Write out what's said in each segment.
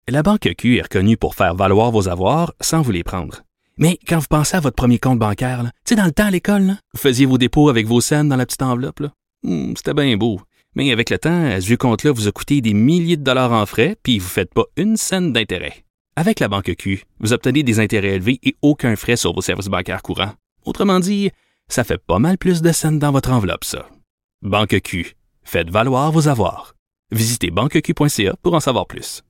La Banque Q est reconnue pour faire valoir vos avoirs sans vous les prendre. Mais quand vous pensez à votre premier compte bancaire, tu sais, dans le temps à l'école, là, vous faisiez vos dépôts avec vos scènes dans la petite enveloppe. Là. C'était bien beau. Mais avec le temps, ce vieux compte-là vous a coûté des milliers de dollars en frais, puis vous ne faites pas une scène d'intérêt. Avec la Banque Q, vous obtenez des intérêts élevés et aucun frais sur vos services bancaires courants. Autrement dit, ça fait pas mal plus de scènes dans votre enveloppe, ça. Banque Q. Faites valoir vos avoirs. Visitez banqueq.ca pour en savoir plus.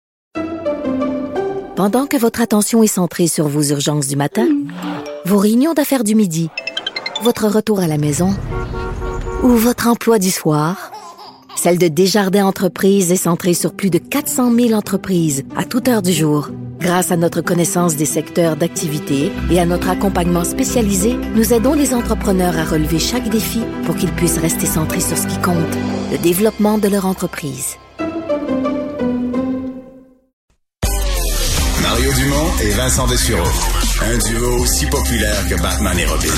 Pendant que votre attention est centrée sur vos urgences du matin, vos réunions d'affaires du midi, votre retour à la maison ou votre emploi du soir, celle de Desjardins Entreprises est centrée sur plus de 400 000 entreprises à toute heure du jour. Grâce à notre connaissance des secteurs d'activité et à notre accompagnement spécialisé, nous aidons les entrepreneurs à relever chaque défi pour qu'ils puissent rester centrés sur ce qui compte, le développement de leur entreprise. Mario Dumont et Vincent Dessureau. Un duo aussi populaire que Batman et Robin.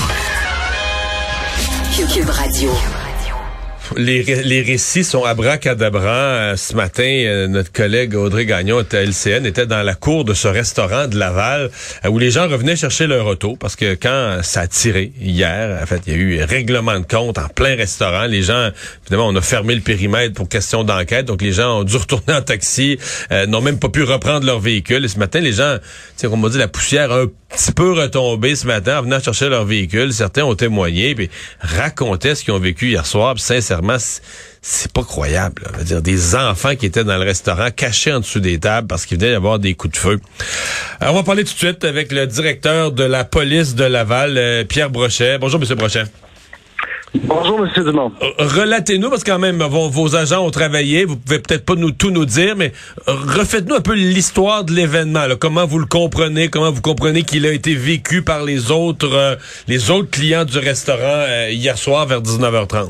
Cube Radio. Les récits sont abracadabra. Ce matin, notre collègue Audrey Gagnon à LCN était dans la cour de ce restaurant de Laval où les gens revenaient chercher leur auto parce que quand ça a tiré hier, en fait, il y a eu règlement de compte en plein restaurant. Les gens, évidemment, on a fermé le périmètre pour question d'enquête, donc les gens ont dû retourner en taxi, n'ont même pas pu reprendre leur véhicule. Et ce matin, les gens, comme on m'a dit, la poussière a un petit peu retombé ce matin en venant chercher leur véhicule. Certains ont témoigné puis racontaient ce qu'ils ont vécu hier soir. Puis sincèrement, c'est pas croyable. Là. Je veux dire, des enfants qui étaient dans le restaurant cachés en dessous des tables parce qu'il venait y avoir des coups de feu. Alors, on va parler tout de suite avec le directeur de la police de Laval, Pierre Brochet. Bonjour, Monsieur Brochet. Bonjour, M. Dumont. Relatez-nous, parce que quand même, vos agents ont travaillé, vous pouvez peut-être pas tout nous dire, mais refaites-nous un peu l'histoire de l'événement. Là. Comment vous le comprenez, comment vous comprenez qu'il a été vécu par les autres clients du restaurant hier soir vers 19h30.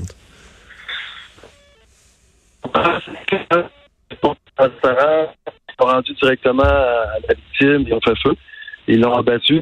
Les restaurants sont rendus directement à la victime, ils ont fait feu, ils l'ont abattu.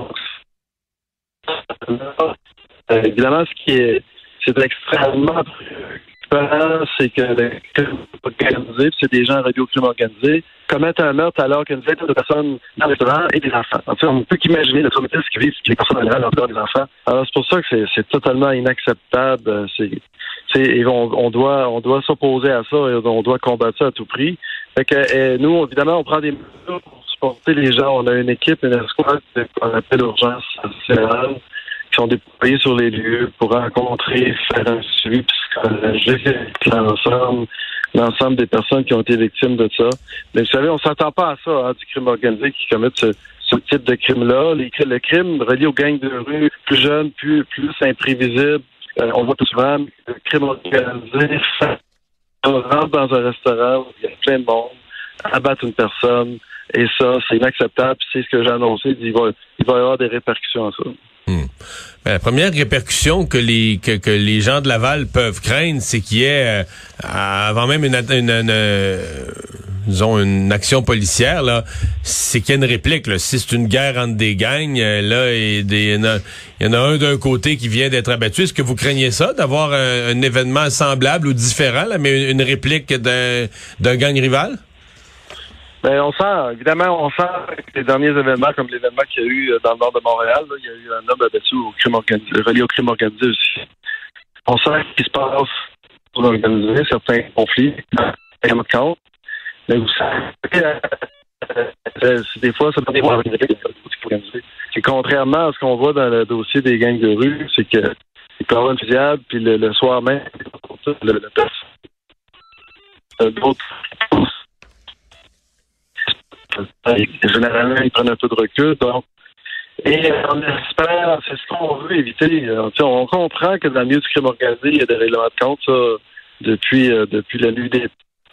Évidemment, c'est extrêmement préoccupant, c'est que le crime organisé, c'est des gens en radio crime organisé, commettent un meurtre alors qu'une vingtaine de personnes dans le restaurant et des enfants. En fait, on ne peut qu'imaginer le traumatisme qui vivent les personnes en général, en dehors des enfants. Alors, c'est pour ça que c'est totalement inacceptable. On doit s'opposer à ça et on doit combattre ça à tout prix. Fait que, nous, évidemment, on prend des mesures pour supporter les gens. On a une équipe, une escouade qu'on appelle urgence nationale, qui sont déployés sur les lieux pour rencontrer, faire un suivi psychologique avec l'ensemble des personnes qui ont été victimes de ça. Mais vous savez, on s'attend pas à ça, du crime organisé qui commettent ce type de crime-là. Le crime relié aux gangs de rue, plus jeunes, plus imprévisibles. On voit tout souvent le crime organisé, on rentre dans un restaurant où il y a plein de monde, abattre une personne, et ça, c'est inacceptable. C'est ce que j'ai annoncé, il va y avoir des répercussions à ça. Ben, la première répercussion que les gens de Laval peuvent craindre, c'est qu'il y ait, avant même une action policière, là, c'est qu'il y a une réplique. Là. Si c'est une guerre entre des gangs, là, il y en a un d'un côté qui vient d'être abattu. Est-ce que vous craignez ça, d'avoir un événement semblable ou différent, là, mais une réplique d'un gang rival? Ben, on sent que les derniers événements, comme l'événement qu'il y a eu dans le nord de Montréal, là, il y a eu un homme abattu relié au crime organisé aussi. On sent qu'il se passe pour organiser certains conflits, compte. Mais vous savez, des fois, ça peut des mois organisé. Et contrairement à ce qu'on voit dans le dossier des gangs de rue, c'est que il peut y avoir une fusillade, puis le soir même, d'autres. Généralement, ils prennent un peu de recul. Donc, et on espère, c'est ce qu'on veut éviter. On comprend que dans le milieu du crime organisé, il y a des règlements de compte, ça, depuis la nuit des...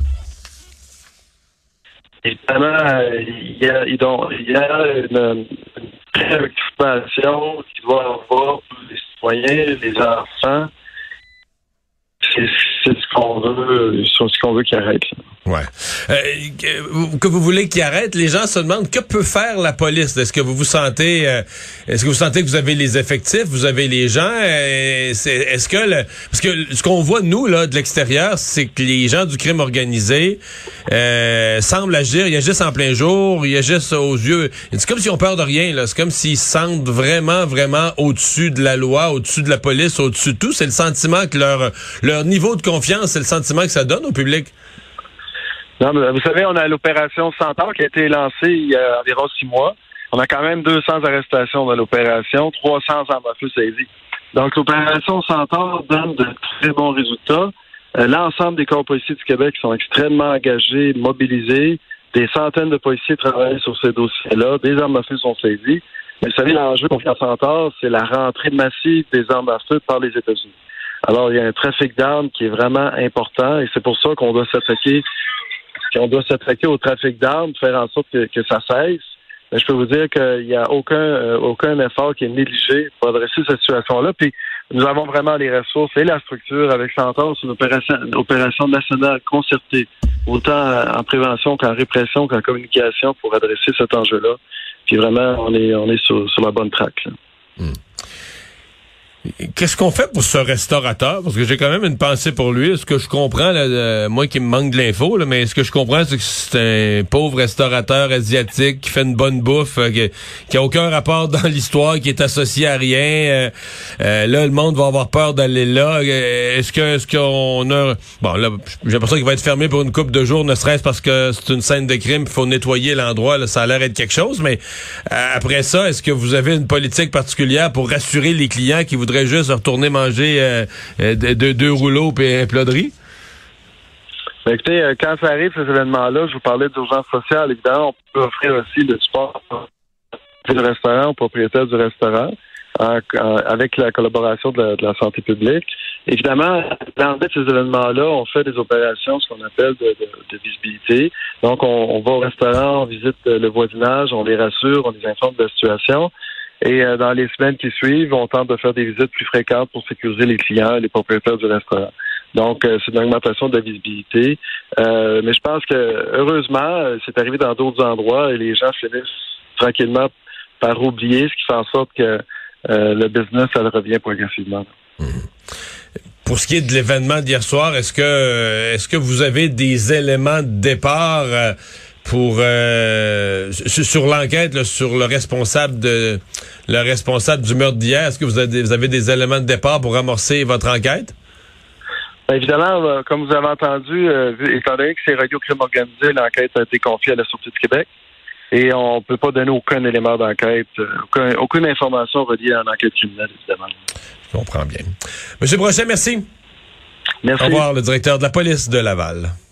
Évidemment, il y a une préoccupation qu'il doit avoir pour les citoyens, les enfants. C'est ce qu'on veut qu'il arrête. Là. Ouais. Que vous voulez qu'il arrête, les gens se demandent que peut faire la police. Est-ce que vous sentez que vous avez les effectifs, vous avez les gens? Est-ce que parce que ce qu'on voit nous là de l'extérieur, c'est que les gens du crime organisé semblent agir, ils agissent en plein jour, ils agissent aux yeux. C'est comme s'ils ont peur de rien là. C'est comme s'ils se sentent vraiment au-dessus de la loi, au-dessus de la police, au-dessus de tout. C'est le sentiment que leur niveau de confiance, c'est le sentiment que ça donne au public. Non, mais vous savez, on a l'opération Centaure qui a été lancée il y a environ 6 mois. On a quand même 200 arrestations dans l'opération, 300 armes à feu saisies. Donc, l'opération Centaure donne de très bons résultats. L'ensemble des corps policiers du Québec sont extrêmement engagés, mobilisés. Des centaines de policiers travaillent sur ces dossiers-là. Des armes à feu sont saisies. Mais vous savez, l'enjeu pour Centaure, c'est la rentrée massive des armes à feu par les États-Unis. Alors, il y a un trafic d'armes qui est vraiment important et c'est pour ça qu'on doit s'attaquer au trafic d'armes, faire en sorte que ça cesse. Mais je peux vous dire qu'il n'y a aucun effort qui est négligé pour adresser cette situation-là. Puis nous avons vraiment les ressources et la structure avec Centaure. C'est une opération nationale concertée, autant en prévention qu'en répression qu'en communication pour adresser cet enjeu-là. Puis vraiment, on est sur la bonne track, là. Qu'est-ce qu'on fait pour ce restaurateur? Parce que j'ai quand même une pensée pour lui. Ce que je comprends, là, moi qui me manque de l'info, là, mais ce que je comprends, c'est que c'est un pauvre restaurateur asiatique qui fait une bonne bouffe, qui a aucun rapport dans l'histoire, qui est associé à rien. Là, le monde va avoir peur d'aller là. Est-ce qu'on a... Bon, là, j'ai l'impression qu'il va être fermé pour une couple de jours, ne serait-ce parce que c'est une scène de crime, il faut nettoyer l'endroit. Là, ça a l'air d'être quelque chose, mais après ça, est-ce que vous avez une politique particulière pour rassurer les clients qui voudraient juste retourner manger deux rouleaux et un plat de riz? Écoutez, quand ça arrive, ces événements-là, je vous parlais d'urgence sociale, évidemment, on peut offrir aussi le support du restaurant, au propriétaire du restaurant, avec la collaboration de la santé publique. Évidemment, dans ces événements-là, on fait des opérations, ce qu'on appelle de visibilité. Donc, on va au restaurant, on visite le voisinage, on les rassure, on les informe de la situation. Et dans les semaines qui suivent, on tente de faire des visites plus fréquentes pour sécuriser les clients et les propriétaires du restaurant. Donc, c'est une augmentation de la visibilité. Mais je pense que, heureusement, c'est arrivé dans d'autres endroits et les gens finissent tranquillement par oublier, ce qui fait en sorte que le business, ça revient progressivement. Pour ce qui est de l'événement d'hier soir, est-ce que vous avez des éléments de départ pour sur l'enquête là, sur le responsable du meurtre d'hier? Est-ce que vous avez des éléments de départ pour amorcer votre enquête? Bien, évidemment, comme vous avez entendu, étant donné que c'est Radio Crime Organisé, l'enquête a été confiée à la Sûreté du Québec et on ne peut pas donner aucun élément d'enquête, aucune information reliée à l'enquête criminelle, évidemment. Je comprends bien. Monsieur Brochet, merci. Merci. Au revoir, le directeur de la police de Laval.